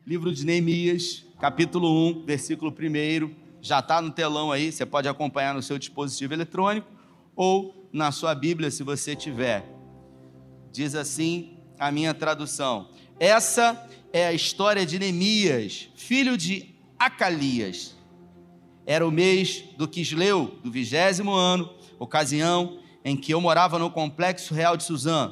Livro de Neemias, capítulo 1, versículo 1, já está no telão aí, você pode acompanhar no seu dispositivo eletrônico ou na sua Bíblia, se você tiver. Diz assim a minha tradução: essa é a história de Neemias, filho de Acalias. Era o mês do Quisleu, do 20º ano, ocasião em que eu morava no complexo real de Suzã.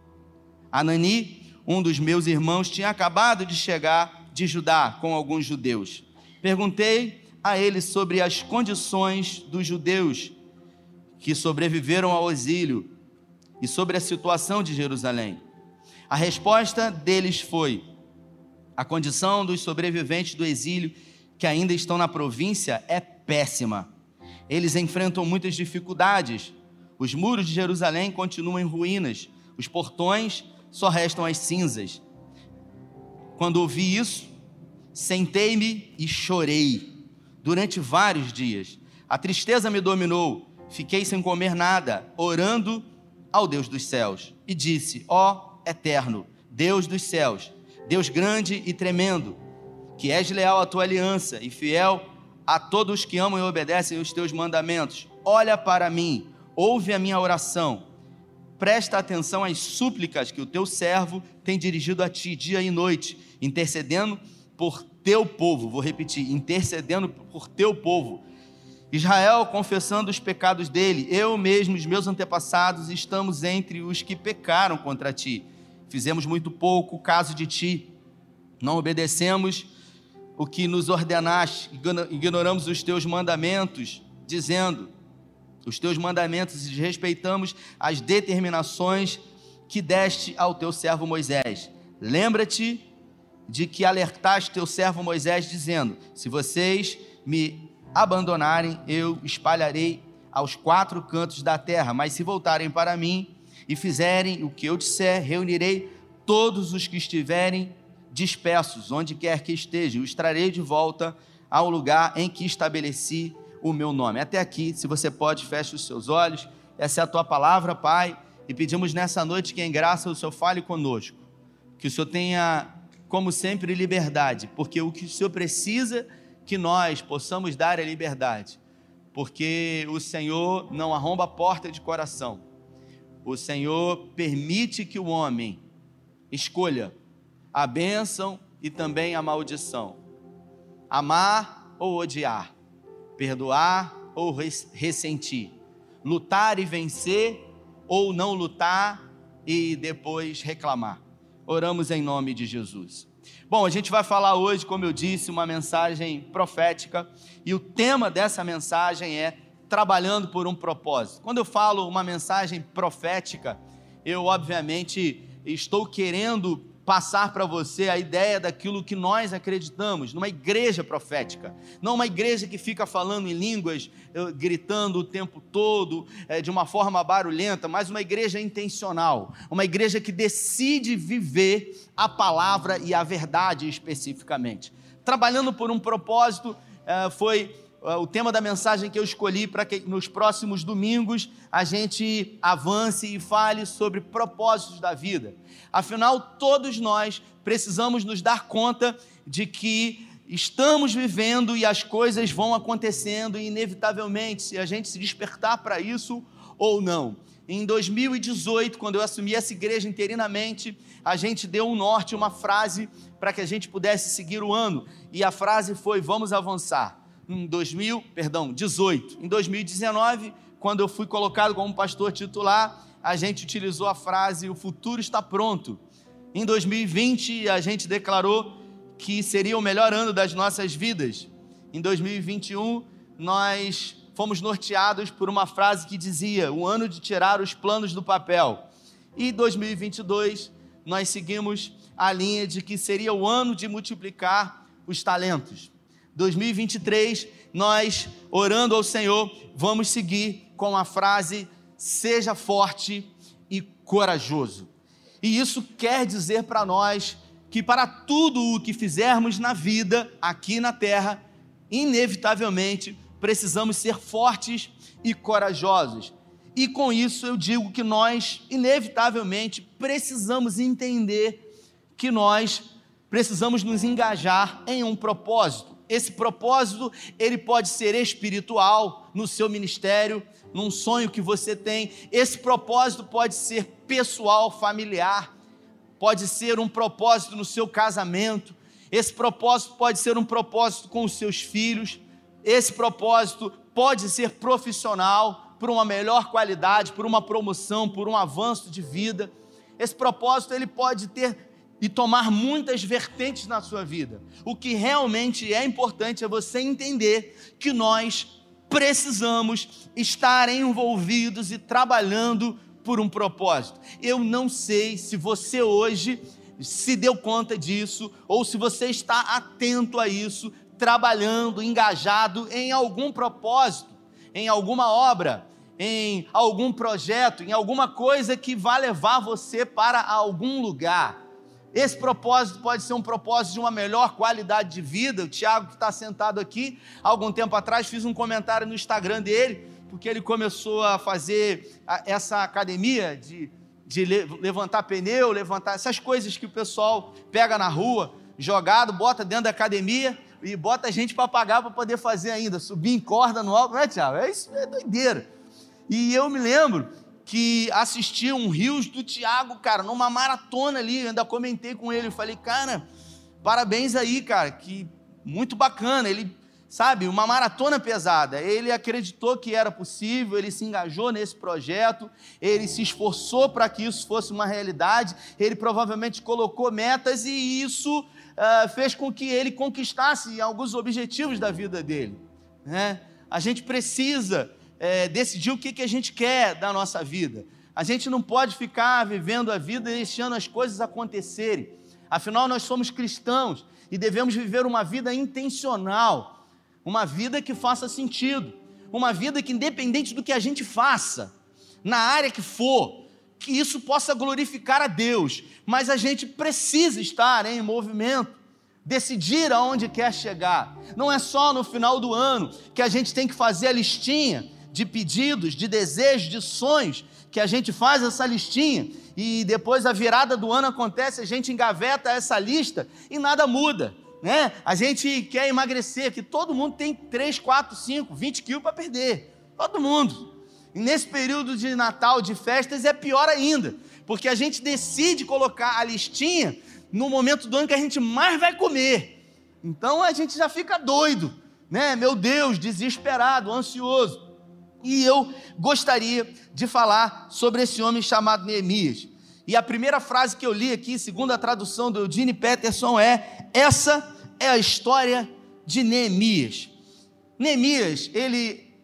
Anani, um dos meus irmãos, tinha acabado de chegar de Judá com alguns judeus. Perguntei a ele sobre as condições dos judeus que sobreviveram ao exílio e sobre a situação de Jerusalém. A resposta deles foi: a condição dos sobreviventes do exílio que ainda estão na província é péssima. Eles enfrentam muitas dificuldades. Os muros de Jerusalém continuam em ruínas, os portões só restam as cinzas. Quando ouvi isso, sentei-me e chorei durante vários dias. A tristeza me dominou, fiquei sem comer nada, orando ao Deus dos céus. E disse: ó Eterno, Deus dos céus, Deus grande e tremendo, que és leal à tua aliança e fiel a todos que amam e obedecem os teus mandamentos, olha para mim, ouve a minha oração, presta atenção às súplicas que o teu servo tem dirigido a ti dia e noite, intercedendo por teu povo. Vou repetir: intercedendo por teu povo Israel, confessando os pecados dele. Eu mesmo e os meus antepassados estamos entre os que pecaram contra ti. Fizemos muito pouco caso de ti, não obedecemos o que nos ordenaste, ignoramos os teus mandamentos, dizendo os teus mandamentos, e desrespeitamos as determinações que deste ao teu servo Moisés. Lembra-te de que alertaste teu servo Moisés, dizendo: se vocês me abandonarem, eu espalharei aos 4 cantos da terra, mas se voltarem para mim e fizerem o que eu disser, reunirei todos os que estiverem dispersos, onde quer que estejam, os trarei de volta ao lugar em que estabeleci o meu nome. Até aqui, se você pode, feche os seus olhos. Essa é a tua palavra, Pai, e pedimos nessa noite que em graça o Senhor fale conosco, que o Senhor tenha, como sempre, liberdade, porque o que o Senhor precisa que nós possamos dar é liberdade, porque o Senhor não arromba a porta de coração. O Senhor permite que o homem escolha a bênção e também a maldição, amar ou odiar, perdoar ou ressentir, lutar e vencer ou não lutar e depois reclamar. Oramos em nome de Jesus. Bom, a gente vai falar hoje, como eu disse, uma mensagem profética, e o tema dessa mensagem é trabalhando por um propósito. Quando eu falo uma mensagem profética, eu obviamente estou querendo passar para você a ideia daquilo que nós acreditamos numa igreja profética, não uma igreja que fica falando em línguas, gritando o tempo todo, de uma forma barulhenta, mas uma igreja intencional, uma igreja que decide viver a palavra e a verdade especificamente. Trabalhando por um propósito, foi o tema da mensagem que eu escolhi para que nos próximos domingos a gente avance e fale sobre propósitos da vida. Afinal, todos nós precisamos nos dar conta de que estamos vivendo e as coisas vão acontecendo inevitavelmente, se a gente se despertar para isso ou não. Em 2018, quando eu assumi essa igreja interinamente, a gente deu um norte, uma frase para que a gente pudesse seguir o ano, e a frase foi: vamos avançar. Em 2018. Em 2019, quando eu fui colocado como pastor titular, a gente utilizou a frase: o futuro está pronto. Em 2020, a gente declarou que seria o melhor ano das nossas vidas. Em 2021, nós fomos norteados por uma frase que dizia: o ano de tirar os planos do papel. E em 2022, nós seguimos a linha de que seria o ano de multiplicar os talentos. 2023, nós, orando ao Senhor, vamos seguir com a frase: seja forte e corajoso. E isso quer dizer para nós que para tudo o que fizermos na vida, aqui na terra, inevitavelmente precisamos ser fortes e corajosos. E com isso eu digo que nós, inevitavelmente, precisamos entender que nós precisamos nos engajar em um propósito. Esse propósito, ele pode ser espiritual, no seu ministério, num sonho que você tem. Esse propósito pode ser pessoal, familiar, pode ser um propósito no seu casamento. Esse propósito pode ser um propósito com os seus filhos. Esse propósito pode ser profissional, por uma melhor qualidade, por uma promoção, por um avanço de vida. Esse propósito, ele pode ter e tomar muitas vertentes na sua vida. O que realmente é importante é você entender que nós precisamos estar envolvidos e trabalhando por um propósito. Eu não sei se você hoje se deu conta disso, ou se você está atento a isso, trabalhando, engajado em algum propósito, em alguma obra, em algum projeto, em alguma coisa que vai levar você para algum lugar. Esse propósito pode ser um propósito de uma melhor qualidade de vida. O Tiago, que está sentado aqui, há algum tempo atrás, fiz um comentário no Instagram dele, porque ele começou a fazer essa academia de levantar pneu, levantar essas coisas que o pessoal pega na rua, jogado, bota dentro da academia e bota a gente para pagar para poder fazer ainda, subir em corda no alto, não é, Tiago? Isso é doideira. E eu me lembro que assisti um Rios do Tiago, cara, numa maratona ali, eu ainda comentei com ele, eu falei, cara, parabéns aí, cara, que muito bacana, ele, sabe, uma maratona pesada, ele acreditou que era possível, ele se engajou nesse projeto, ele se esforçou para que isso fosse uma realidade, ele provavelmente colocou metas e isso fez com que ele conquistasse alguns objetivos da vida dele, né? A gente precisa decidir o que a gente quer da nossa vida. A gente não pode ficar vivendo a vida e deixando as coisas acontecerem. Afinal, nós somos cristãos e devemos viver uma vida intencional, uma vida que faça sentido, uma vida que, independente do que a gente faça, na área que for, que isso possa glorificar a Deus, mas a gente precisa estar em movimento, decidir aonde quer chegar. Não é só no final do ano que a gente tem que fazer a listinha de pedidos, de desejos, de sonhos, que a gente faz essa listinha e depois a virada do ano acontece, a gente engaveta essa lista e nada muda, né? A gente quer emagrecer, que todo mundo tem 3, 4, 5, 20 quilos para perder, todo mundo. E nesse período de Natal, de festas, é pior ainda, porque a gente decide colocar a listinha no momento do ano que a gente mais vai comer. Então a gente já fica doido, né? Meu Deus, desesperado, ansioso. E eu gostaria de falar sobre esse homem chamado Neemias. E a primeira frase que eu li aqui, segundo a tradução do Eugene Peterson, essa é a história de Neemias. Neemias, ele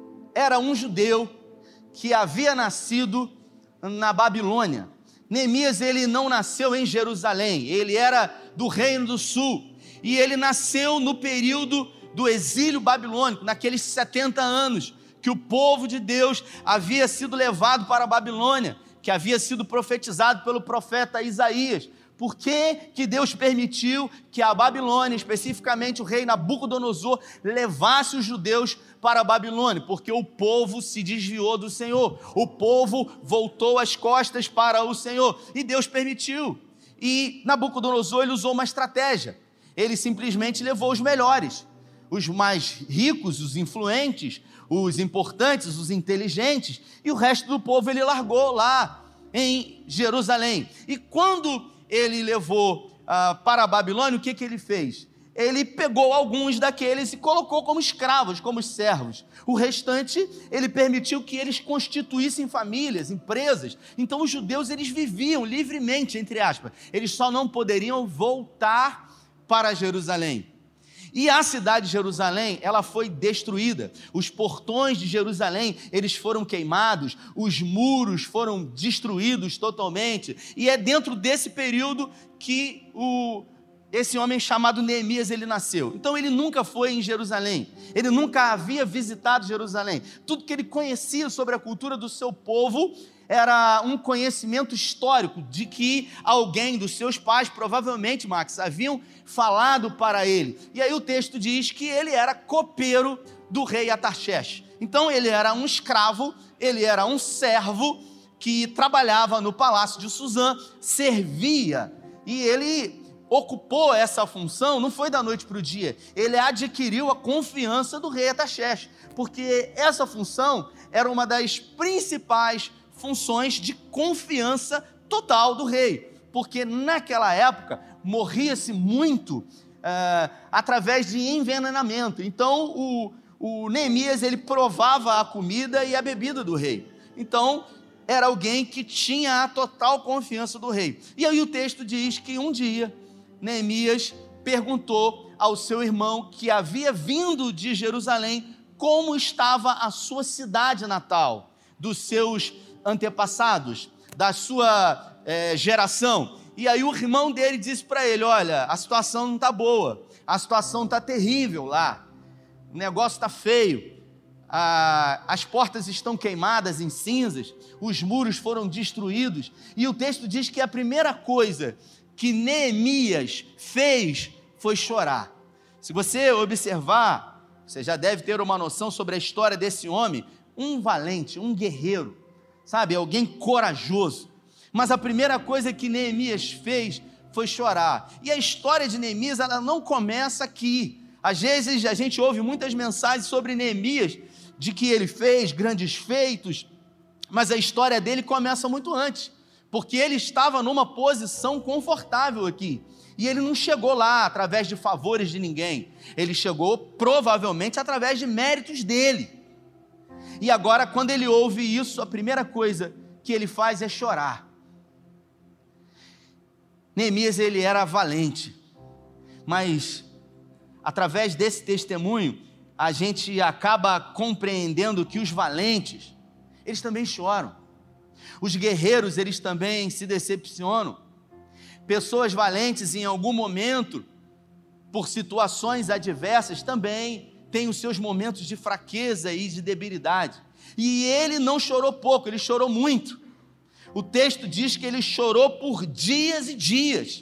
era um judeu que havia nascido na Babilônia. Neemias, ele não nasceu em Jerusalém, ele era do Reino do Sul. E ele nasceu no período do exílio babilônico, naqueles 70 anos, que o povo de Deus havia sido levado para a Babilônia, que havia sido profetizado pelo profeta Isaías. Por que Deus permitiu que a Babilônia, especificamente o rei Nabucodonosor, levasse os judeus para a Babilônia? Porque o povo se desviou do Senhor, o povo voltou as costas para o Senhor, e Deus permitiu. E Nabucodonosor, ele usou uma estratégia, ele simplesmente levou os melhores, os mais ricos, os influentes, os importantes, os inteligentes, e o resto do povo ele largou lá em Jerusalém. E quando ele levou para a Babilônia, o que ele fez? Ele pegou alguns daqueles e colocou como escravos, como servos. O restante, ele permitiu que eles constituíssem famílias, empresas. Então os judeus, eles viviam livremente, entre aspas. Eles só não poderiam voltar para Jerusalém. E a cidade de Jerusalém, ela foi destruída. Os portões de Jerusalém, eles foram queimados, os muros foram destruídos totalmente. E é dentro desse período que esse homem chamado Neemias, ele nasceu. Então ele nunca foi em Jerusalém, ele nunca havia visitado Jerusalém. Tudo que ele conhecia sobre a cultura do seu povo era um conhecimento histórico de que alguém dos seus pais, provavelmente, Max, haviam falado para ele. E aí o texto diz que ele era copeiro do rei Atarxerxes. Então ele era um escravo, ele era um servo que trabalhava no palácio de Suzã, servia, e ele ocupou essa função não foi da noite para o dia. Ele adquiriu a confiança do rei Artaxerxes, porque essa função era uma das principais funções de confiança total do rei, porque naquela época morria-se muito através de envenenamento. Então o Neemias, ele provava a comida e a bebida do rei. Então era alguém que tinha a total confiança do rei. E aí o texto diz que um dia Neemias perguntou ao seu irmão, que havia vindo de Jerusalém, como estava a sua cidade natal, dos seus antepassados, da sua geração. E aí o irmão dele disse para ele: olha, a situação não está boa, a situação está terrível lá, o negócio está feio, as portas estão queimadas em cinzas, os muros foram destruídos. E o texto diz que a primeira coisa que Neemias fez foi chorar. Se você observar, você já deve ter uma noção sobre a história desse homem, um valente, um guerreiro, sabe, alguém corajoso. Mas a primeira coisa que Neemias fez foi chorar. E a história de Neemias, ela não começa aqui. Às vezes a gente ouve muitas mensagens sobre Neemias, de que ele fez grandes feitos, mas a história dele começa muito antes, porque ele estava numa posição confortável aqui, e ele não chegou lá através de favores de ninguém, ele chegou provavelmente através de méritos dele. E agora, quando ele ouve isso, a primeira coisa que ele faz é chorar. Neemias, ele era valente, mas através desse testemunho, a gente acaba compreendendo que os valentes, eles também choram. Os guerreiros, eles também se decepcionam. Pessoas valentes, em algum momento, por situações adversas, também têm os seus momentos de fraqueza e de debilidade. E ele não chorou pouco, ele chorou muito. O texto diz que ele chorou por dias e dias.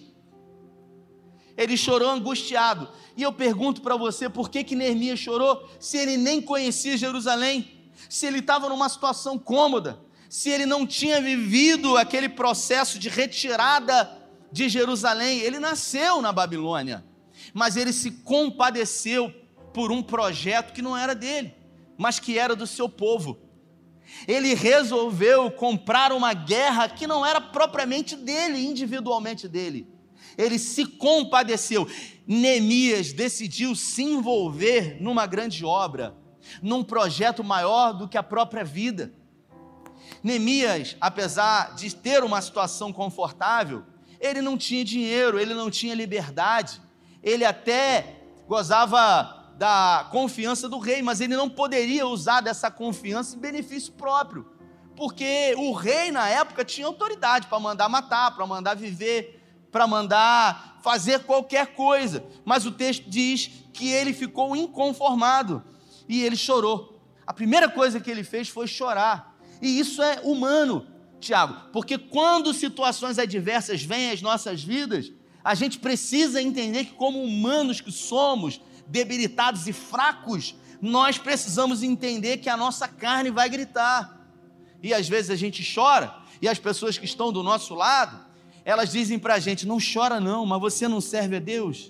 Ele chorou angustiado. E eu pergunto para você, por que Neemias chorou, se ele nem conhecia Jerusalém, se ele estava numa situação cômoda, se ele não tinha vivido aquele processo de retirada de Jerusalém? Ele nasceu na Babilônia, mas ele se compadeceu por um projeto que não era dele, mas que era do seu povo. Ele resolveu comprar uma guerra que não era propriamente dele, individualmente dele. Ele se compadeceu. Neemias decidiu se envolver numa grande obra, num projeto maior do que a própria vida. Neemias, apesar de ter uma situação confortável, ele não tinha dinheiro, ele não tinha liberdade, ele até gozava da confiança do rei, mas ele não poderia usar dessa confiança em benefício próprio, porque o rei na época tinha autoridade para mandar matar, para mandar viver, para mandar fazer qualquer coisa. Mas o texto diz que ele ficou inconformado e ele chorou. A primeira coisa que ele fez foi chorar. E isso é humano, Tiago, porque quando situações adversas vêm às nossas vidas, a gente precisa entender que, como humanos que somos, debilitados e fracos, nós precisamos entender que a nossa carne vai gritar. E às vezes a gente chora, e as pessoas que estão do nosso lado, elas dizem para a gente: não chora não, mas você não serve a Deus,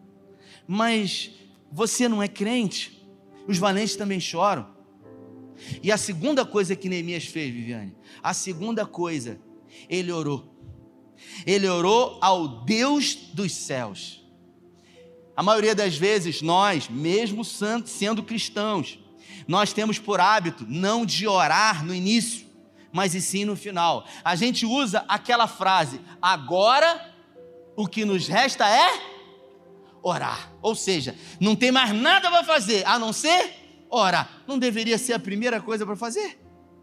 mas você não é crente. Os valentes também choram. E a segunda coisa que Neemias fez, Viviane, a segunda coisa, ele orou. Ele orou ao Deus dos céus. A maioria das vezes nós, mesmo sendo cristãos, nós temos por hábito não de orar no início, mas e sim no final. A gente usa aquela frase: agora o que nos resta é orar. Ou seja, não tem mais nada para fazer a não ser orar. Não deveria ser a primeira coisa para fazer?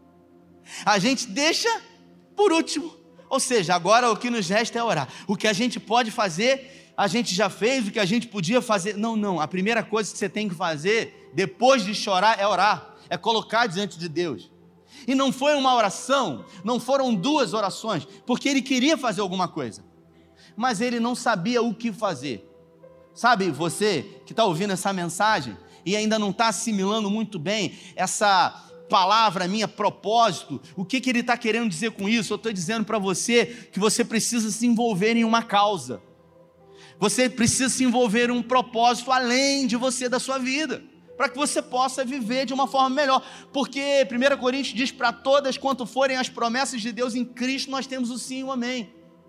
A gente deixa por último. Ou seja, agora o que nos resta é orar. O que a gente pode fazer, a gente já fez. O que a gente podia fazer, não. A primeira coisa que você tem que fazer depois de chorar é orar, é colocar diante de Deus. E não foi uma oração, não foram duas orações, porque ele queria fazer alguma coisa, mas ele não sabia o que fazer. Sabe, você que está ouvindo essa mensagem e ainda não está assimilando muito bem essa palavra minha, propósito, o que ele está querendo dizer com isso? Eu estou dizendo para você que você precisa se envolver em uma causa. Você precisa se envolver em um propósito além de você, da sua vida, para que você possa viver de uma forma melhor. Porque 1 Coríntios diz: para todas quanto forem as promessas de Deus em Cristo, nós temos o sim e o amém.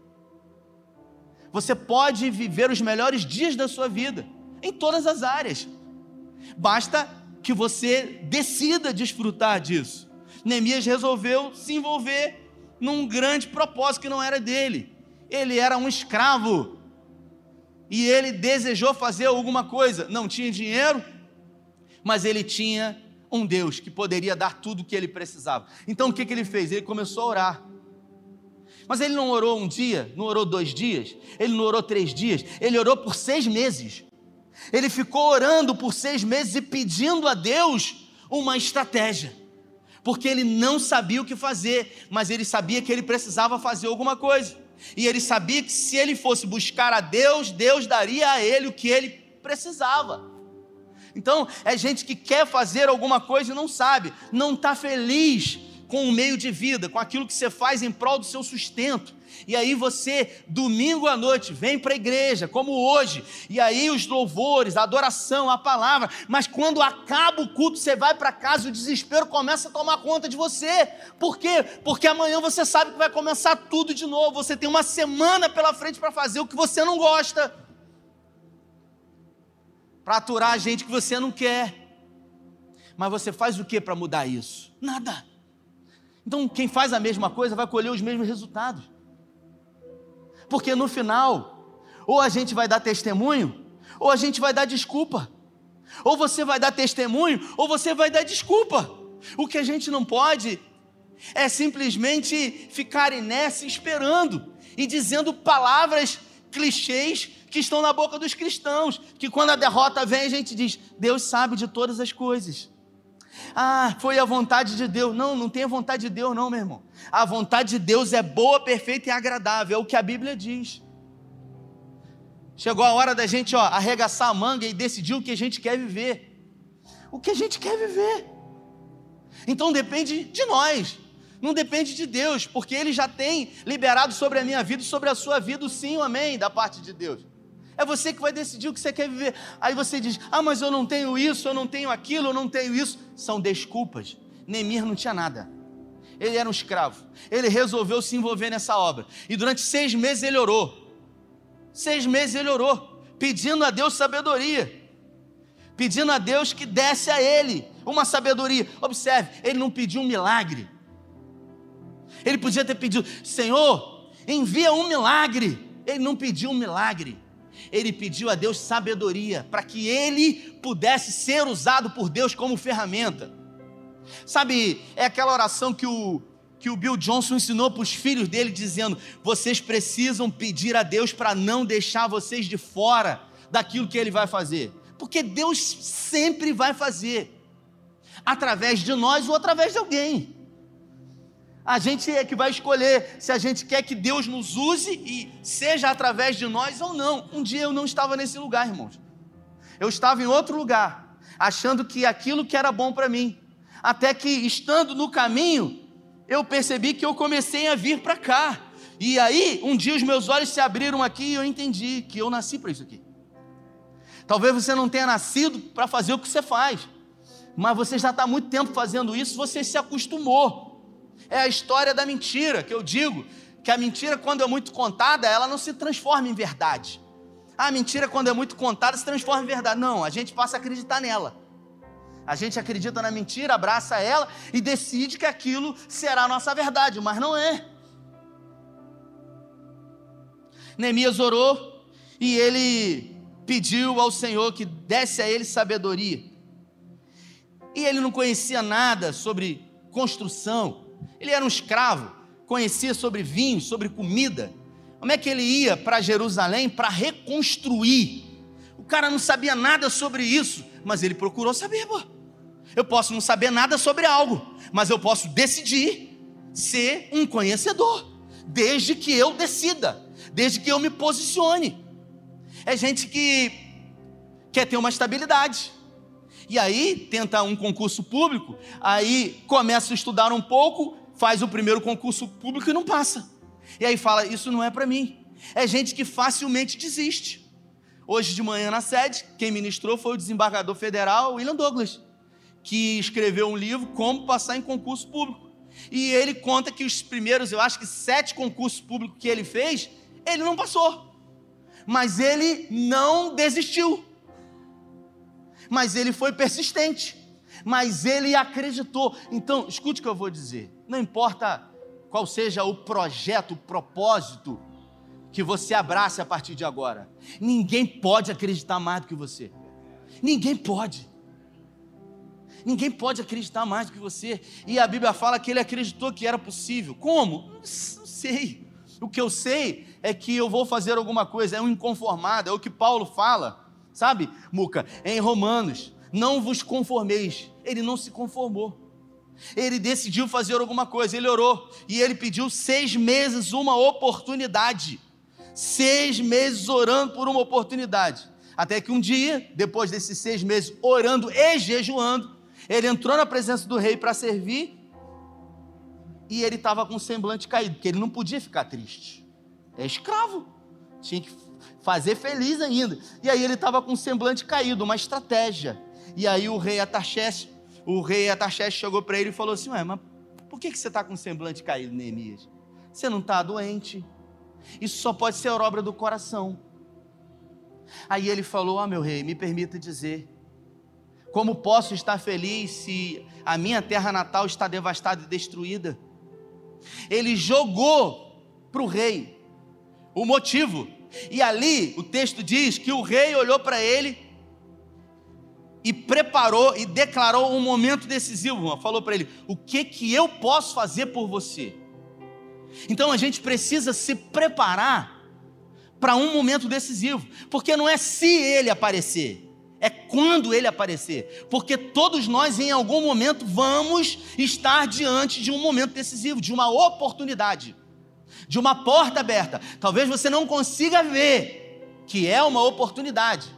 Você pode viver os melhores dias da sua vida, em todas as áreas. Basta que você decida desfrutar disso. Neemias resolveu se envolver num grande propósito que não era dele. Ele era um escravo e ele desejou fazer alguma coisa. Não tinha dinheiro, mas ele tinha um Deus que poderia dar tudo o que ele precisava. Então o que ele fez? Ele começou a orar. Mas ele não orou um dia, não orou 2 dias, ele não orou 3 dias, ele orou por 6 meses. Ele ficou orando por 6 meses e pedindo a Deus uma estratégia, porque ele não sabia o que fazer, mas ele sabia que ele precisava fazer alguma coisa, e ele sabia que se ele fosse buscar a Deus, Deus daria a ele o que ele precisava. Então, é gente que quer fazer alguma coisa e não sabe, não está feliz com o meio de vida, com aquilo que você faz em prol do seu sustento. E aí você, domingo à noite, vem para a igreja, como hoje, e aí os louvores, a adoração, a palavra, mas quando acaba o culto, você vai para casa e o desespero começa a tomar conta de você. Por quê? Porque amanhã você sabe que vai começar tudo de novo, você tem uma semana pela frente para fazer o que você não gosta, para aturar a gente que você não quer. Mas você faz o que para mudar isso? Nada. Então quem faz a mesma coisa vai colher os mesmos resultados. Porque no final, ou a gente vai dar testemunho, ou a gente vai dar desculpa. Ou você vai dar testemunho, ou você vai dar desculpa. O que a gente não pode é simplesmente ficar inércia esperando e dizendo palavras clichês que estão na boca dos cristãos, que quando a derrota vem a gente diz: Deus sabe de todas as coisas. Ah, foi a vontade de Deus. Não, não tem a vontade de Deus não, meu irmão. A vontade de Deus é boa, perfeita e agradável, é o que a Bíblia diz. Chegou a hora da gente arregaçar a manga e decidir o que a gente quer viver. O que a gente quer viver. Então depende de nós, não depende de Deus, porque Ele já tem liberado sobre a minha vida e sobre a sua vida o sim, o amém da parte de Deus. É você que vai decidir o que você quer viver. Aí você diz: ah, mas eu não tenho isso, eu não tenho aquilo, eu não tenho isso. São desculpas. Neemias não tinha nada. Ele era um escravo. Ele resolveu se envolver nessa obra. E durante 6 meses ele orou. 6 meses ele orou, pedindo a Deus sabedoria. Pedindo a Deus que desse a ele uma sabedoria. Observe, ele não pediu um milagre. Ele podia ter pedido: Senhor, envia um milagre. Ele não pediu um milagre. Ele pediu a Deus sabedoria, para que ele pudesse ser usado por Deus como ferramenta. Sabe, é aquela oração que o Bill Johnson ensinou para os filhos dele, dizendo: vocês precisam pedir a Deus para não deixar vocês de fora daquilo que Ele vai fazer, porque Deus sempre vai fazer, através de nós ou através de alguém. A gente é que vai escolher se a gente quer que Deus nos use e seja através de nós ou não. Um dia eu não estava nesse lugar, irmãos. Eu estava em outro lugar, achando que aquilo que era bom para mim, até que estando no caminho, eu percebi que eu comecei a vir para cá. E aí, um dia os meus olhos se abriram aqui e eu entendi que eu nasci para isso aqui. Talvez você não tenha nascido para fazer o que você faz, mas você já está há muito tempo fazendo isso, você se acostumou. É a história da mentira, que eu digo que a mentira, quando é muito contada, ela não se transforma em verdade. A mentira, quando é muito contada, se transforma em verdade. Não, a gente passa a acreditar nela. A gente acredita na mentira, abraça ela e decide que aquilo será a nossa verdade, mas não é. Neemias orou e ele pediu ao Senhor que desse a ele sabedoria. E ele não conhecia nada sobre construção. Ele era um escravo, conhecia sobre vinho, sobre comida. Como é que ele ia para Jerusalém para reconstruir? O cara não sabia nada sobre isso, mas ele procurou saber. Eu posso não saber nada sobre algo, mas eu posso decidir ser um conhecedor, desde que eu decida, desde que eu me posicione. É gente que quer ter uma estabilidade, e aí tenta um concurso público, aí começa a estudar um pouco, faz o primeiro concurso público e não passa. E aí fala: isso não é para mim. É gente que facilmente desiste. Hoje de manhã na sede, quem ministrou foi o desembargador federal William Douglas, que escreveu um livro, Como Passar em Concurso Público. E ele conta que os primeiros, eu acho que 7 concursos públicos que ele fez, ele não passou. Mas ele não desistiu. Mas ele foi persistente. Mas ele acreditou. Então, escute o que eu vou dizer. Não importa qual seja o projeto, o propósito que você abrace a partir de agora. Ninguém pode acreditar mais do que você. Ninguém pode. Ninguém pode acreditar mais do que você. E a Bíblia fala que ele acreditou que era possível. Como? Não sei. O que eu sei é que eu vou fazer alguma coisa. É um inconformado. É o que Paulo fala. Sabe, Muca? Em Romanos. Não vos conformeis. Ele não se conformou. Ele decidiu fazer alguma coisa. Ele orou. E ele pediu 6 meses uma oportunidade. 6 meses orando por uma oportunidade. Até que um dia, depois desses 6 meses orando e jejuando, ele entrou na presença do rei para servir. E ele estava com o semblante caído, porque ele não podia ficar triste. É escravo. Tinha que fazer feliz ainda. E aí ele estava com o semblante caído, uma estratégia. E aí o rei Artaxerxes chegou para ele e falou assim: mas por que você está com o semblante caído, Neemias? Você não está doente? Isso só pode ser obra do coração. Aí ele falou: meu rei, me permita dizer, como posso estar feliz se a minha terra natal está devastada e destruída? Ele jogou para o rei o motivo. E ali o texto diz que o rei olhou para ele e preparou e declarou um momento decisivo. Falou para ele: o que eu posso fazer por você? Então a gente precisa se preparar para um momento decisivo, porque não é se ele aparecer, é quando ele aparecer, porque todos nós em algum momento vamos estar diante de um momento decisivo, de uma oportunidade, de uma porta aberta. Talvez você não consiga ver que é uma oportunidade,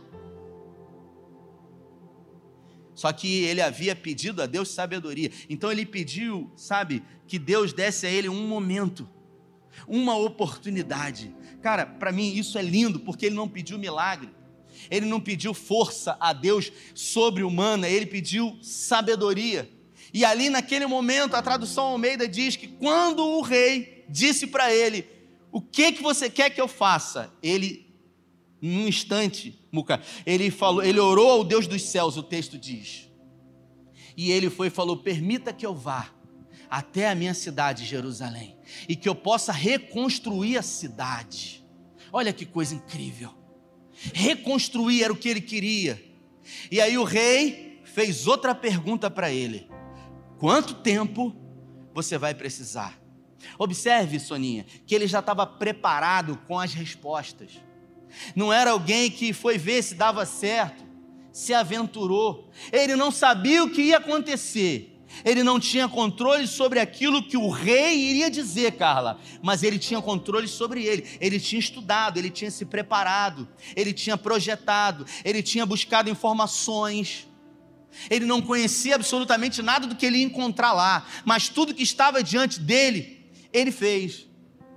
só que ele havia pedido a Deus sabedoria. Então ele pediu, que Deus desse a ele um momento, uma oportunidade. Cara, para mim isso é lindo, porque ele não pediu milagre, ele não pediu força a Deus sobre-humana, ele pediu sabedoria. E ali naquele momento, a tradução Almeida diz que quando o rei disse para ele: o que você quer que eu faça? Ele, num instante, ele orou ao Deus dos céus, o texto diz. E ele foi e falou: permita que eu vá até a minha cidade, Jerusalém, e que eu possa reconstruir a cidade. Olha que coisa incrível. Reconstruir era o que ele queria. E aí o rei fez outra pergunta para ele: quanto tempo você vai precisar? Observe, Soninha, que ele já estava preparado com as respostas. Não era alguém que foi ver se dava certo, se aventurou. Ele não sabia o que ia acontecer. Ele não tinha controle sobre aquilo que o rei iria dizer, Carla, mas ele tinha controle sobre ele. Ele tinha estudado, ele tinha se preparado, ele tinha projetado, ele tinha buscado informações. Ele não conhecia absolutamente nada do que ele ia encontrar lá, mas tudo que estava diante dele, ele fez.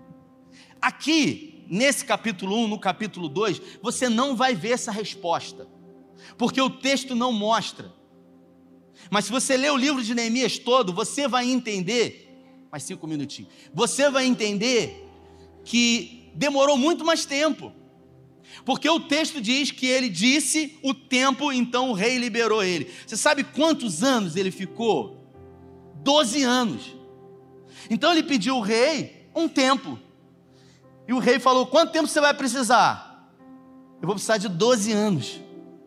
Aqui, nesse capítulo 1, no capítulo 2, você não vai ver essa resposta, porque o texto não mostra. Mas se você ler o livro de Neemias todo, você vai entender, mais 5 minutinhos, você vai entender que demorou muito mais tempo, porque o texto diz que ele disse o tempo, então o rei liberou ele. Você sabe quantos anos ele ficou? 12 anos. Então ele pediu ao rei um tempo, e o rei falou: quanto tempo você vai precisar? Eu vou precisar de 12 anos.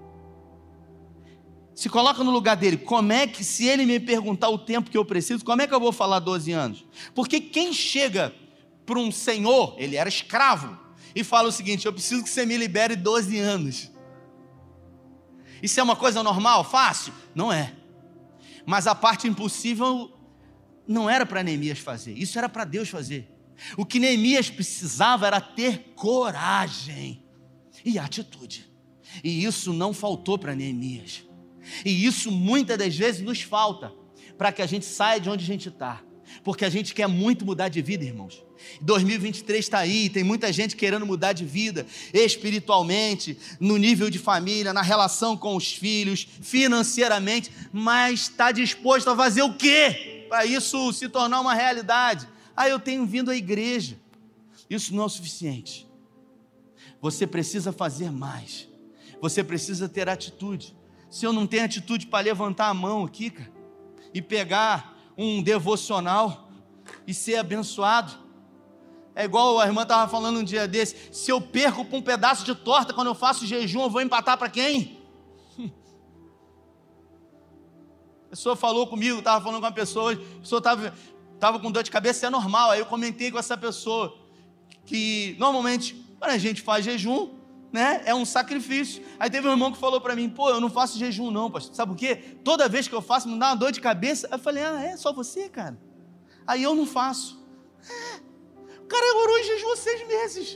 Se coloca no lugar dele. Como é que, se ele me perguntar o tempo que eu preciso, como é que eu vou falar 12 anos? Porque quem chega para um senhor, ele era escravo, e fala o seguinte: eu preciso que você me libere 12 anos. Isso é uma coisa normal, fácil? Não é. Mas a parte impossível não era para Neemias fazer, isso era para Deus fazer. O que Neemias precisava era ter coragem e atitude. E isso não faltou para Neemias. E isso muitas das vezes nos falta, para que a gente saia de onde a gente está. porque a gente quer muito mudar de vida, irmãos. 2023 está aí, tem muita gente querendo mudar de vida, espiritualmente, no nível de família, na relação com os filhos, financeiramente, mas está disposto a fazer o quê para isso se tornar uma realidade? Eu tenho vindo à igreja. Isso não é o suficiente. Você precisa fazer mais. Você precisa ter atitude. Se eu não tenho atitude para levantar a mão aqui, cara, e pegar um devocional e ser abençoado, é igual a irmã estava falando um dia desse, se eu perco por um pedaço de torta quando eu faço jejum, eu vou empatar para quem? A pessoa falou comigo, estava falando com uma pessoa, a pessoa estava com dor de cabeça, é normal. Aí eu comentei com essa pessoa que normalmente quando a gente faz jejum, né, é um sacrifício. Aí teve um irmão que falou para mim, eu não faço jejum não, pastor, sabe por quê? Toda vez que eu faço me dá uma dor de cabeça. Eu falei, é só você, cara? Aí eu não faço. O cara orou em jejum há 6 meses.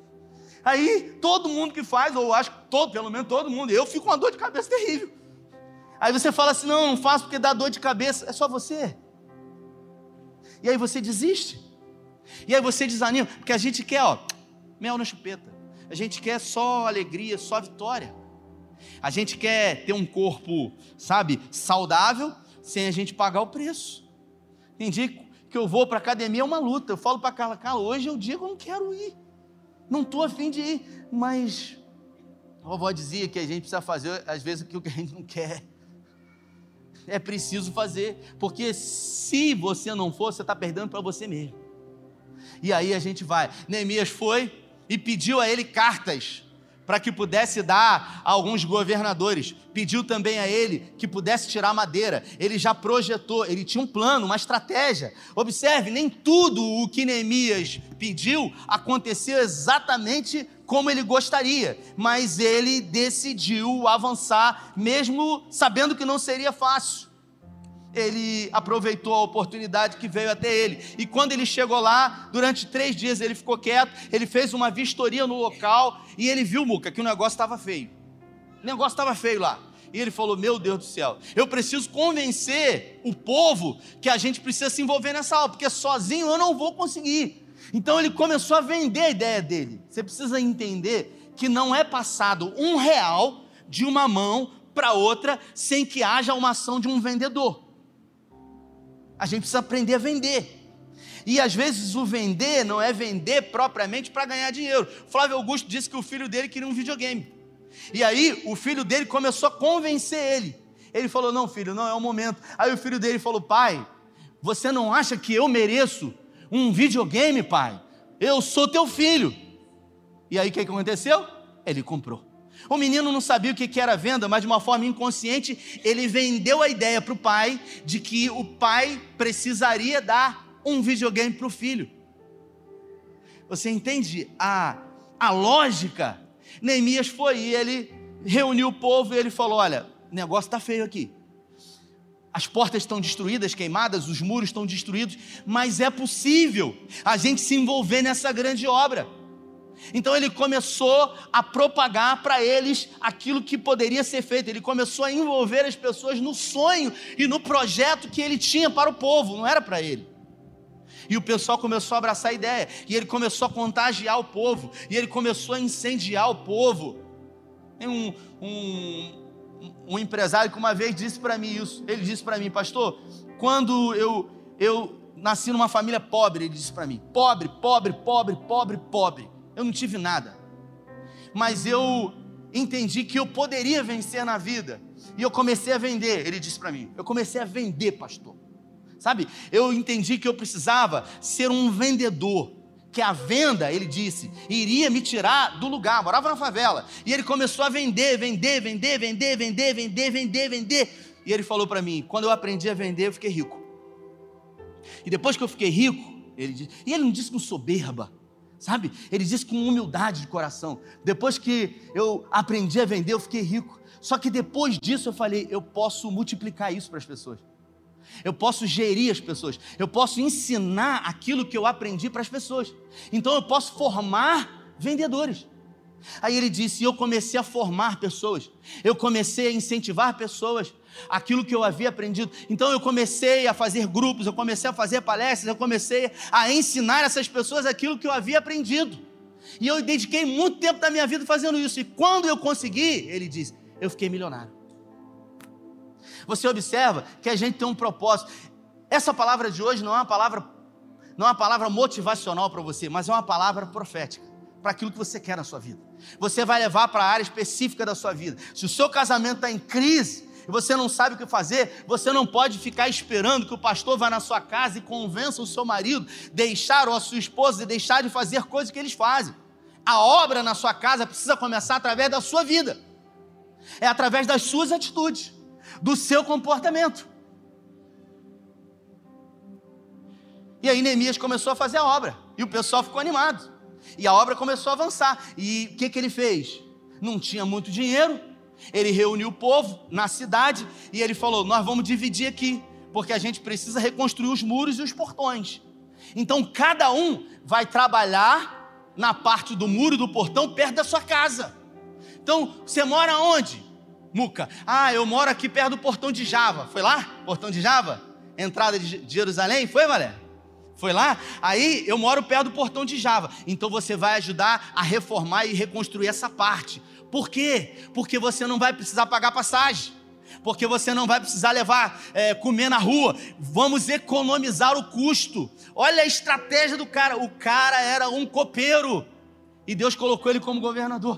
Aí todo mundo que faz, ou acho que pelo menos todo mundo, eu fico com uma dor de cabeça terrível. Aí você fala assim, não faço porque dá dor de cabeça. É só você. E aí você desiste. E aí você desanima, porque a gente quer, mel na chupeta. A gente quer só alegria, só vitória. A gente quer ter um corpo, sabe, saudável, sem a gente pagar o preço. Tem dia que eu vou para a academia, é uma luta. Eu falo para a Carla, hoje é o dia que eu não quero ir. Não estou a fim de ir. Mas a vovó dizia que a gente precisa fazer, às vezes, aquilo que a gente não quer. É preciso fazer. Porque se você não for, você está perdendo para você mesmo. E aí a gente vai. Neemias foi e pediu a ele cartas para que pudesse dar a alguns governadores. Pediu também a ele que pudesse tirar madeira. Ele já projetou, ele tinha um plano, uma estratégia. Observe, nem tudo o que Neemias pediu aconteceu exatamente como ele gostaria, mas ele decidiu avançar, mesmo sabendo que não seria fácil. Ele aproveitou a oportunidade que veio até ele, e quando ele chegou lá, durante 3 dias ele ficou quieto, ele fez uma vistoria no local, e ele viu, Muca, que o negócio estava feio, lá, e ele falou, meu Deus do céu, eu preciso convencer o povo que a gente precisa se envolver nessa aula, porque sozinho eu não vou conseguir. Então ele começou a vender a ideia dele. Você precisa entender que não é passado R$1 de uma mão para outra, sem que haja uma ação de um vendedor. A gente precisa aprender a vender. E às vezes o vender não é vender propriamente para ganhar dinheiro. Flávio Augusto disse que o filho dele queria um videogame. E aí o filho dele começou a convencer ele. Ele falou, não filho, não é o momento. Aí o filho dele falou, pai, você não acha que eu mereço um videogame, pai? Eu sou teu filho. E aí o que aconteceu? Ele comprou. O menino não sabia o que era venda, mas de uma forma inconsciente, ele vendeu a ideia para o pai, de que o pai precisaria dar um videogame para o filho. Você entende a lógica? Neemias foi e ele reuniu o povo e ele falou, olha, o negócio está feio aqui. As portas estão destruídas, queimadas, os muros estão destruídos, mas é possível a gente se envolver nessa grande obra. Então ele começou a propagar para eles aquilo que poderia ser feito. Ele começou a envolver as pessoas no sonho e no projeto que ele tinha para o povo, não era para ele. E o pessoal começou a abraçar a ideia, e ele começou a contagiar o povo, e ele começou a incendiar o povo. Tem um empresário que uma vez disse para mim isso. Ele disse para mim, pastor, quando eu nasci numa família pobre, ele disse para mim, pobre, eu não tive nada, mas eu entendi que eu poderia vencer na vida, e eu comecei a vender. Ele disse para mim, eu comecei a vender, pastor, sabe, eu entendi que eu precisava ser um vendedor, que a venda, ele disse, iria me tirar do lugar. Morava na favela, e ele começou a vender, e ele falou para mim, quando eu aprendi a vender, eu fiquei rico. E depois que eu fiquei rico, ele disse, e ele não disse com soberba, sabe, ele disse com humildade de coração, depois que eu aprendi a vender, eu fiquei rico. Só que depois disso eu falei, eu posso multiplicar isso para as pessoas, eu posso gerir as pessoas, eu posso ensinar aquilo que eu aprendi para as pessoas, então eu posso formar vendedores. Aí ele disse, eu comecei a formar pessoas, eu comecei a incentivar pessoas, aquilo que eu havia aprendido. Então eu comecei a fazer grupos, eu comecei a fazer palestras, eu comecei a ensinar essas pessoas aquilo que eu havia aprendido. E eu dediquei muito tempo da minha vida fazendo isso. E quando eu consegui, ele disse, eu fiquei milionário. Você observa que a gente tem um propósito. Essa palavra de hoje não é uma palavra motivacional para você, mas é uma palavra profética para aquilo que você quer na sua vida. Você vai levar para a área específica da sua vida. Se o seu casamento está em crise e você não sabe o que fazer, você não pode ficar esperando que o pastor vá na sua casa e convença o seu marido deixar, ou a sua esposa, de deixar de fazer coisas que eles fazem. A obra na sua casa precisa começar através da sua vida. É através das suas atitudes, do seu comportamento. E aí Neemias começou a fazer a obra, e o pessoal ficou animado, e a obra começou a avançar. E o que ele fez? Não tinha muito dinheiro, ele reuniu o povo na cidade, e ele falou, nós vamos dividir aqui, porque a gente precisa reconstruir os muros e os portões. Então cada um vai trabalhar na parte do muro e do portão, perto da sua casa. Então, você mora onde, Muca? Eu moro aqui perto do portão de Java. Foi lá? Portão de Java? Entrada de Jerusalém? Foi, Valéria? Foi lá? Aí eu moro perto do portão de Java. Então você vai ajudar a reformar e reconstruir essa parte. Por quê? Porque você não vai precisar pagar passagem. Porque você não vai precisar comer na rua. Vamos economizar o custo. Olha a estratégia do cara. O cara era um copeiro. E Deus colocou ele como governador.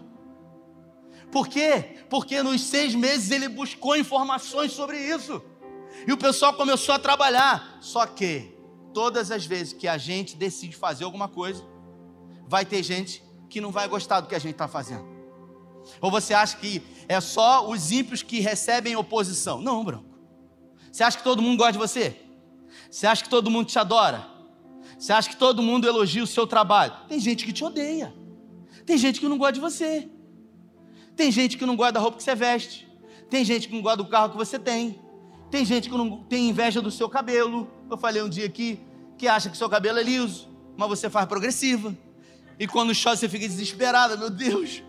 Por quê? Porque nos 6 meses ele buscou informações sobre isso. E o pessoal começou a trabalhar. Só que todas as vezes que a gente decide fazer alguma coisa, vai ter gente que não vai gostar do que a gente está fazendo. Ou você acha que é só os ímpios que recebem oposição? Não, Branco. Você acha que todo mundo gosta de você? Você acha que todo mundo te adora? Você acha que todo mundo elogia o seu trabalho? Tem gente que te odeia. Tem gente que não gosta de você. Tem gente que não gosta da roupa que você veste. Tem gente que não gosta do carro que você tem. Tem gente que não tem inveja do seu cabelo. Eu falei um dia aqui que acha que seu cabelo é liso, mas você faz progressiva. E quando chove você fica desesperada. Meu Deus.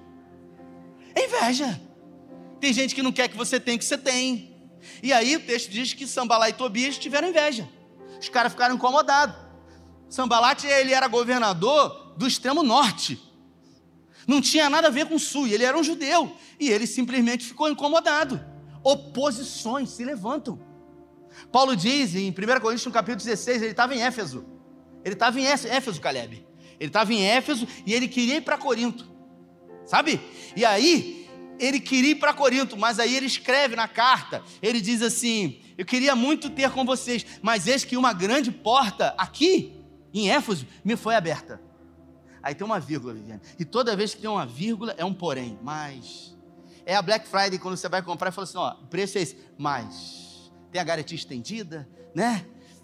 É inveja. Tem gente que não quer que você tenha o que você tem. E aí o texto diz que Sambalat e Tobias tiveram inveja. Os caras ficaram incomodados. Sambalat, ele era governador do extremo norte. Não tinha nada a ver com o sul, ele era um judeu. E ele simplesmente ficou incomodado. Oposições se levantam. Paulo diz em 1 Coríntios, no capítulo 16, ele estava em Éfeso. Ele estava em Éfeso, Caleb. Ele estava em Éfeso e ele queria ir para Corinto. Sabe? E aí, ele queria ir para Corinto, mas aí ele escreve na carta, ele diz assim, eu queria muito ter com vocês, mas eis que uma grande porta aqui, em Éfeso, me foi aberta. Aí tem uma vírgula, Viviane, e toda vez que tem uma vírgula, é um porém, mas... É a Black Friday, quando você vai comprar, e fala assim, o preço é esse, mas... Tem a garantia estendida, né?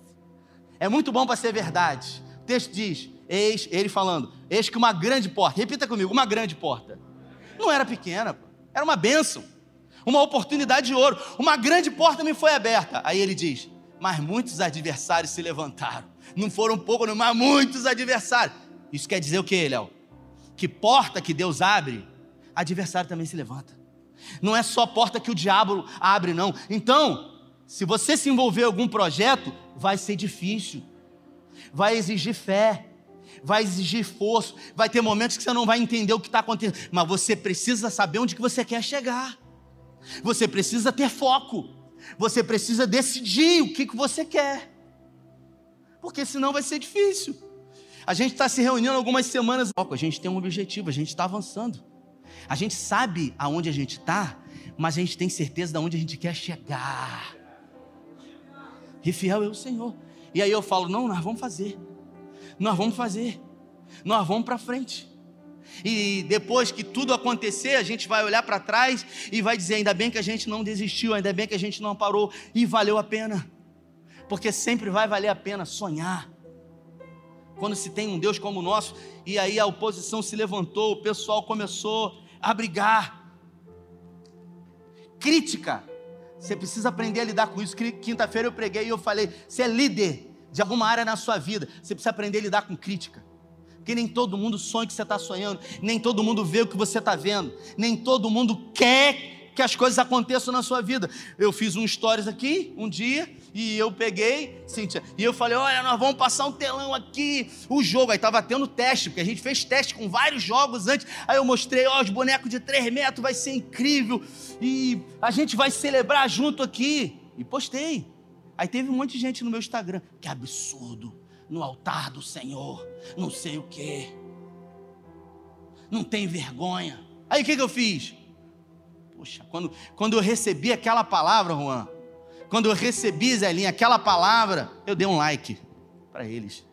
É muito bom para ser verdade. O texto diz, ele falando, eis que uma grande porta, repita comigo, uma grande porta. Não era pequena, era uma bênção, uma oportunidade de ouro. Uma grande porta me foi aberta. Aí ele diz, mas muitos adversários se levantaram. Não foram poucos, não, mas muitos adversários. Isso quer dizer o que, Léo? Que porta que Deus abre, adversário também se levanta. Não é só porta que o diabo abre, não. Então, se você se envolver em algum projeto, vai ser difícil, vai exigir fé, vai exigir esforço, vai ter momentos que você não vai entender o que está acontecendo, mas você precisa saber onde que você quer chegar, você precisa ter foco, você precisa decidir o que você quer, porque senão vai ser difícil. A gente está se reunindo algumas semanas, a gente tem um objetivo, a gente está avançando, a gente sabe aonde a gente está, mas a gente tem certeza de onde a gente quer chegar, e fiel é o Senhor. E aí eu falo, não, nós vamos fazer, nós vamos para frente. E depois que tudo acontecer, a gente vai olhar para trás e vai dizer, ainda bem que a gente não desistiu, ainda bem que a gente não parou, e valeu a pena, porque sempre vai valer a pena sonhar, quando se tem um Deus como o nosso. E aí a oposição se levantou, o pessoal começou a brigar, crítica. Você precisa aprender a lidar com isso. Quinta-feira eu preguei e eu falei, você é líder de alguma área na sua vida, você precisa aprender a lidar com crítica. Porque nem todo mundo sonha o que você está sonhando, nem todo mundo vê o que você está vendo, nem todo mundo quer que as coisas aconteçam na sua vida. Eu fiz um stories aqui um dia e eu peguei, Cíntia, e eu falei, olha, nós vamos passar um telão aqui, o jogo, aí estava tendo teste, porque a gente fez teste com vários jogos antes, aí eu mostrei, ó, os bonecos de 3 metros, vai ser incrível, e a gente vai celebrar junto aqui, e postei. Aí teve um monte de gente no meu Instagram, que absurdo, no altar do Senhor, não sei o que, não tem vergonha. Aí o que eu fiz? Poxa, quando eu recebi aquela palavra, Juan, quando eu recebi, Zelinha, aquela palavra, eu dei um like para eles.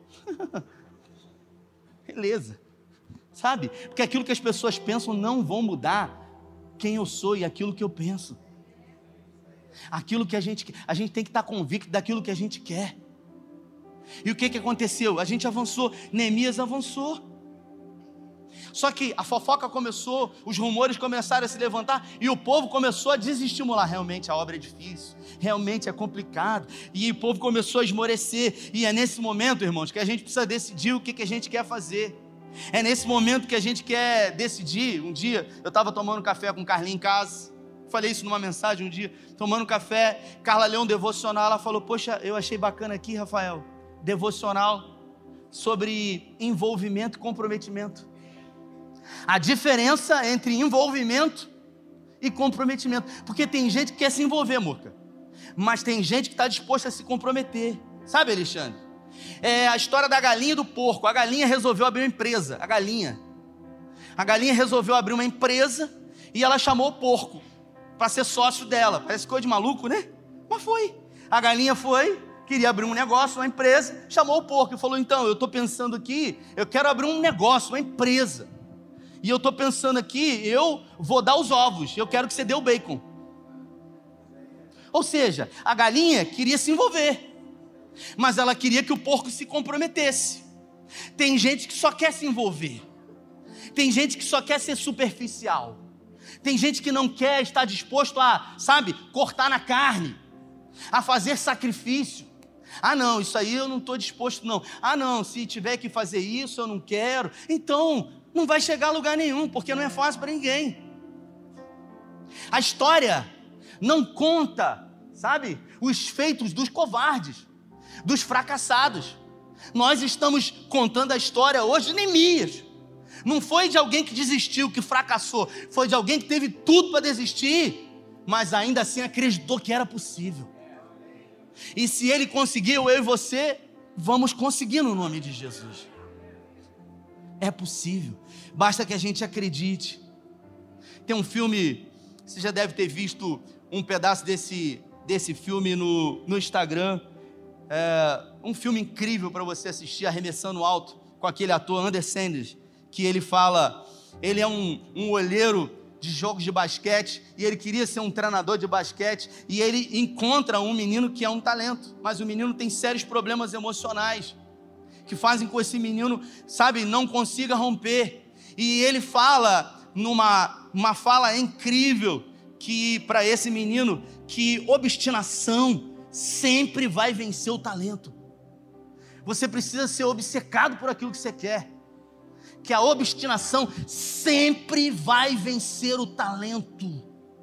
Beleza, sabe? Porque aquilo que as pessoas pensam não vão mudar quem eu sou e aquilo que eu penso. Aquilo que a gente tem que estar convicto daquilo que a gente quer. E o que aconteceu? A gente avançou, Neemias avançou. Só que a fofoca começou, os rumores começaram a se levantar e o povo começou a desestimular. Realmente a obra é difícil, realmente é complicado. E o povo começou a esmorecer. E é nesse momento, irmãos, que a gente precisa decidir o que a gente quer fazer. É nesse momento que a gente quer decidir. Um dia eu estava tomando café com Carlinha em casa. Falei isso numa mensagem um dia, tomando café. Carla leu um devocional, ela falou, poxa, eu achei bacana aqui, Rafael, devocional sobre envolvimento e comprometimento. A diferença entre envolvimento e comprometimento. Porque tem gente que quer se envolver, Murca, mas tem gente que está disposta a se comprometer. Sabe, Alexandre? É a história da galinha e do porco. A galinha resolveu abrir uma empresa. A galinha resolveu abrir uma empresa e ela chamou o porco para ser sócio dela. Parece coisa de maluco, né? Mas foi. A galinha foi, queria abrir um negócio, uma empresa, chamou o porco e falou, então, eu estou pensando aqui, eu quero abrir um negócio, uma empresa. E eu estou pensando aqui, eu vou dar os ovos, eu quero que você dê o bacon. Ou seja, a galinha queria se envolver, mas ela queria que o porco se comprometesse. Tem gente que só quer se envolver, tem gente que só quer ser superficial, tem gente que não quer estar disposto a, sabe, cortar na carne, a fazer sacrifício. Ah não, isso aí eu não estou disposto não. Ah não, se tiver que fazer isso eu não quero. Então não vai chegar a lugar nenhum, porque não é fácil para ninguém. A história não conta, sabe, os feitos dos covardes, dos fracassados. Nós estamos contando a história hoje de Neemias. Não foi de alguém que desistiu, que fracassou, foi de alguém que teve tudo para desistir, mas ainda assim acreditou que era possível. E se ele conseguiu, eu e você vamos conseguir no nome de Jesus. É possível, basta que a gente acredite. Tem um filme, você já deve ter visto um pedaço desse filme no Instagram. É um filme incrível para você assistir, Arremessando Alto, com aquele ator Anderson Sanders, que ele fala, ele é um olheiro de jogos de basquete, e ele queria ser um treinador de basquete, e ele encontra um menino que é um talento, mas o menino tem sérios problemas emocionais, que fazem com que esse menino, sabe, não consiga romper, e ele fala, numa fala incrível, que para esse menino, que obstinação sempre vai vencer o talento. Você precisa ser obcecado por aquilo que você quer, que a obstinação sempre vai vencer o talento.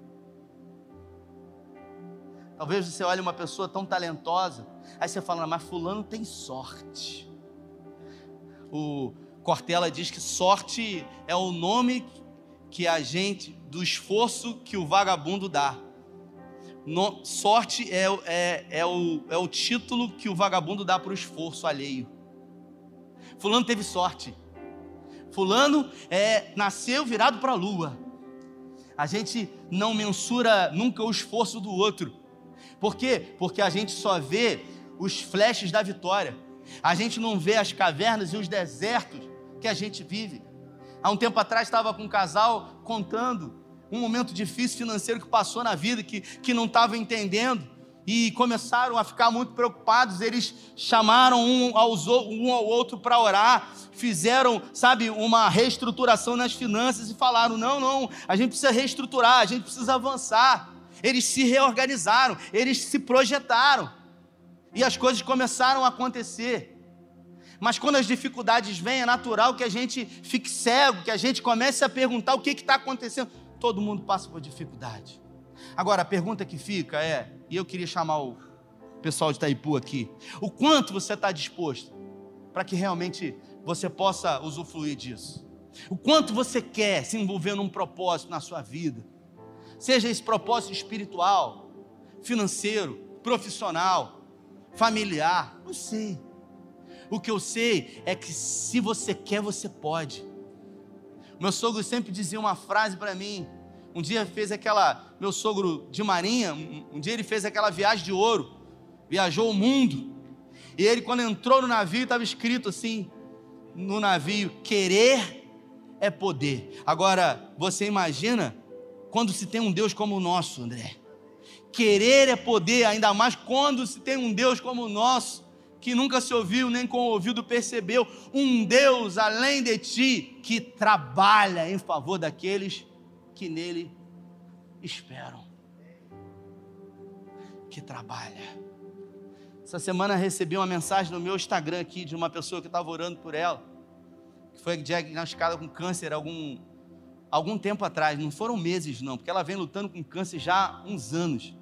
Talvez você olhe uma pessoa tão talentosa, aí você fala, mas fulano tem sorte. O Cortella diz que sorte é o nome que a gente, do esforço que o vagabundo dá. Sorte é o título que o vagabundo dá para o esforço alheio. Fulano teve sorte. Fulano nasceu virado para a lua. A gente não mensura nunca o esforço do outro. Por quê? Porque a gente só vê os flashes da vitória. A gente não vê as cavernas e os desertos que a gente vive. Há um tempo atrás estava com um casal contando um momento difícil financeiro que passou na vida, que não estava entendendo, e começaram a ficar muito preocupados. Eles chamaram um ao outro para orar, fizeram, sabe, uma reestruturação nas finanças e falaram, não, a gente precisa reestruturar, a gente precisa avançar. Eles se reorganizaram, eles se projetaram, e as coisas começaram a acontecer. Mas quando as dificuldades vêm, é natural que a gente fique cego, que a gente comece a perguntar o que está acontecendo. Todo mundo passa por dificuldade. Agora, a pergunta que fica é, e eu queria chamar o pessoal de Itaipu aqui, o quanto você está disposto para que realmente você possa usufruir disso? O quanto você quer se envolver num propósito na sua vida? Seja esse propósito espiritual, financeiro, profissional, familiar, não sei. O que eu sei é que se você quer, você pode. Meu sogro sempre dizia uma frase para mim. Um dia meu sogro de marinha, um dia ele fez aquela viagem de ouro, viajou o mundo. E ele, quando entrou no navio, estava escrito assim, no navio, querer é poder. Agora, você imagina quando se tem um Deus como o nosso, André. Querer é poder, ainda mais quando se tem um Deus como o nosso, que nunca se ouviu, nem com o ouvido percebeu, um Deus além de ti, que trabalha em favor daqueles que nele esperam. Que trabalha. Essa semana recebi uma mensagem no meu Instagram aqui, de uma pessoa que estava orando por ela, que foi diagnosticada com câncer algum tempo atrás, não foram meses não, porque ela vem lutando com câncer já há uns anos.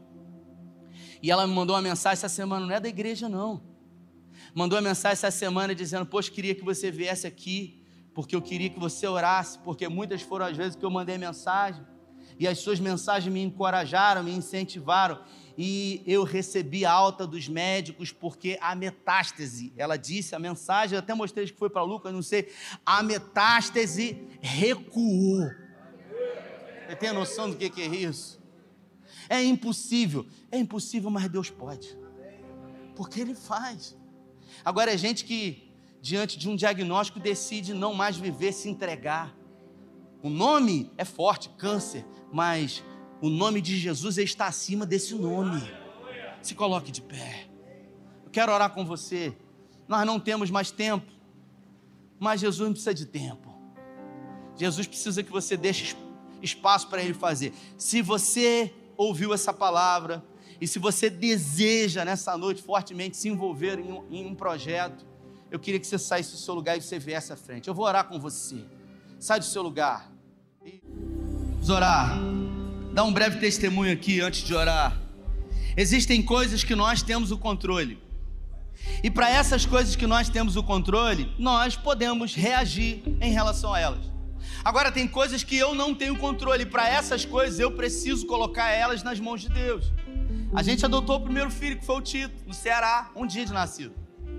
E ela me mandou uma mensagem essa semana, não é da igreja não, mandou uma mensagem essa semana dizendo, poxa, queria que você viesse aqui, porque eu queria que você orasse, porque muitas foram as vezes que eu mandei mensagem, e as suas mensagens me encorajaram, me incentivaram, e eu recebi a alta dos médicos, porque a metástase, ela disse, a mensagem, eu até mostrei que foi para Lucas, não sei, a metástase recuou. Você tem a noção do que é isso? É impossível, mas Deus pode, porque Ele faz. Agora é gente que, diante de um diagnóstico, decide não mais viver, se entregar. O nome é forte, câncer, mas o nome de Jesus está acima desse nome. Se coloque de pé. Eu quero orar com você. Nós não temos mais tempo, mas Jesus não precisa de tempo. Jesus precisa que você deixe espaço para Ele fazer. Se você ouviu essa palavra, e se você deseja nessa noite fortemente se envolver em um projeto, eu queria que você saísse do seu lugar e você viesse à frente. Eu vou orar com você. Sai do seu lugar. Vamos orar. Dá um breve testemunho aqui antes de orar. Existem coisas que nós temos o controle. E para essas coisas que nós temos o controle, nós podemos reagir em relação a elas. Agora tem coisas que eu não tenho controle. Para essas coisas eu preciso colocar elas nas mãos de Deus. A gente adotou o primeiro filho, que foi o Tito, no Ceará, um dia de nascido.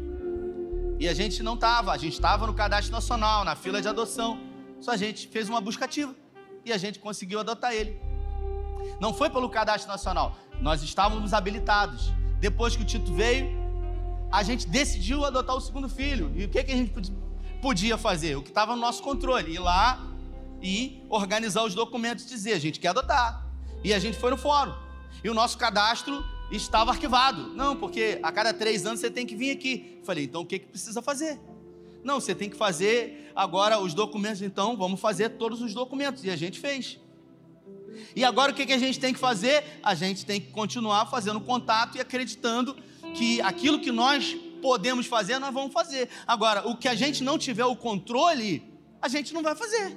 E a gente não estava, a gente estava no cadastro nacional, na fila de adoção. Só a gente fez uma busca ativa e a gente conseguiu adotar ele. Não foi pelo cadastro nacional, nós estávamos habilitados. Depois que o Tito veio, a gente decidiu adotar o segundo filho. E o que a gente podia fazer? O que estava no nosso controle, ir lá e organizar os documentos e dizer, a gente quer adotar. E a gente foi no fórum. E o nosso cadastro estava arquivado. Não, porque a cada 3 anos você tem que vir aqui. Falei, então o que precisa fazer? Não, você tem que fazer agora os documentos. Então vamos fazer todos os documentos. E a gente fez. E agora o que a gente tem que fazer? A gente tem que continuar fazendo contato e acreditando que aquilo que nós podemos fazer, nós vamos fazer. Agora, o que a gente não tiver o controle, a gente não vai fazer.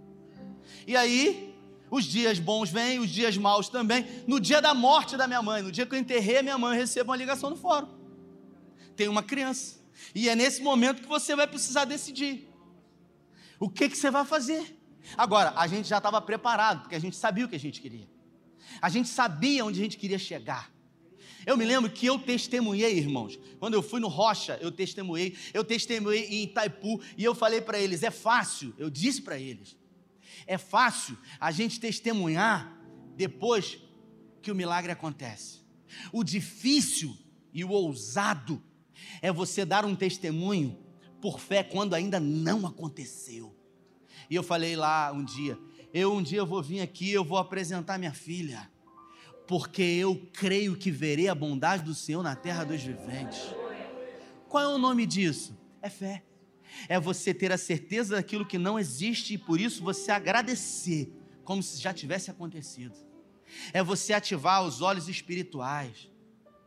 E aí, os dias bons vêm, os dias maus também. No dia da morte da minha mãe, no dia que eu enterrei a minha mãe, eu recebo uma ligação no fórum. Tem uma criança. E é nesse momento que você vai precisar decidir. O que você vai fazer? Agora, a gente já estava preparado, porque a gente sabia o que a gente queria. A gente sabia onde a gente queria chegar. Eu me lembro que eu testemunhei, irmãos. Quando eu fui no Rocha, eu testemunhei em Itaipu, e eu falei para eles, é fácil, eu disse para eles, é fácil a gente testemunhar depois que o milagre acontece. O difícil e o ousado é você dar um testemunho por fé quando ainda não aconteceu. E eu falei lá um dia eu vou vir aqui, eu vou apresentar minha filha, porque eu creio que verei a bondade do Senhor na terra dos viventes. Qual é o nome disso? É fé. É você ter a certeza daquilo que não existe e por isso você agradecer, como se já tivesse acontecido. É você ativar os olhos espirituais.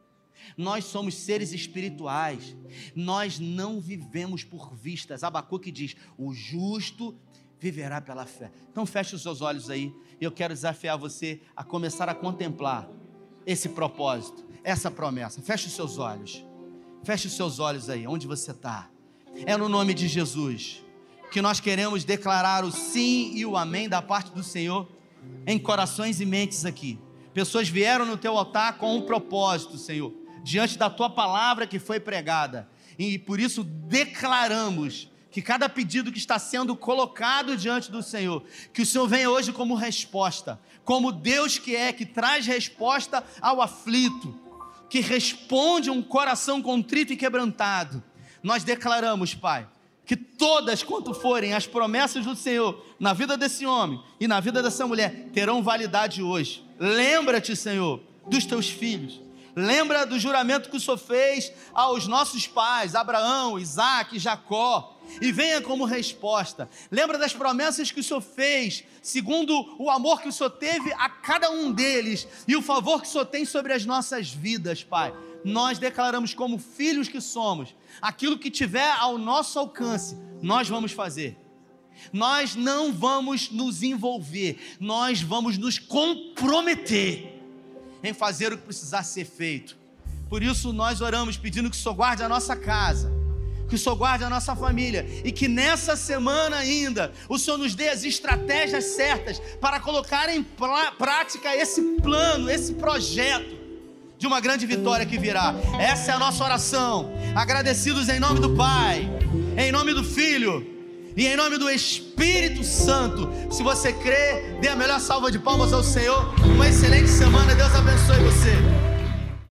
Nós somos seres espirituais. Nós não vivemos por vistas. Abacuque diz: o justo viverá pela fé. Então feche os seus olhos aí. E eu quero desafiar você a começar a contemplar esse propósito, essa promessa. Feche os seus olhos. Feche os seus olhos aí, onde você está. É no nome de Jesus que nós queremos declarar o sim e o amém da parte do Senhor em corações e mentes aqui. Pessoas vieram no teu altar com um propósito, Senhor, diante da tua palavra que foi pregada, e por isso declaramos que cada pedido que está sendo colocado diante do Senhor, que o Senhor venha hoje como resposta, como Deus que é, que traz resposta ao aflito, que responde um coração contrito e quebrantado. Nós declaramos, Pai, que todas quanto forem as promessas do Senhor na vida desse homem e na vida dessa mulher terão validade hoje. Lembra-te, Senhor, dos teus filhos. Lembra do juramento que o Senhor fez aos nossos pais, Abraão, Isaac, Jacó, e venha como resposta. Lembra das promessas que o Senhor fez, segundo o amor que o Senhor teve a cada um deles, e o favor que o Senhor tem sobre as nossas vidas, Pai. Nós declaramos como filhos que somos, aquilo que tiver ao nosso alcance, nós vamos fazer. Nós não vamos nos envolver, nós vamos nos comprometer em fazer o que precisar ser feito. Por isso nós oramos pedindo que o Senhor guarde a nossa casa, que o Senhor guarde a nossa família, e que nessa semana ainda o Senhor nos dê as estratégias certas para colocar em prática esse plano, esse projeto de uma grande vitória que virá. Essa é a nossa oração, agradecidos em nome do Pai, em nome do Filho e em nome do Espírito Santo. Se você crê, dê a melhor salva de palmas ao Senhor. Uma excelente semana, Deus abençoe você.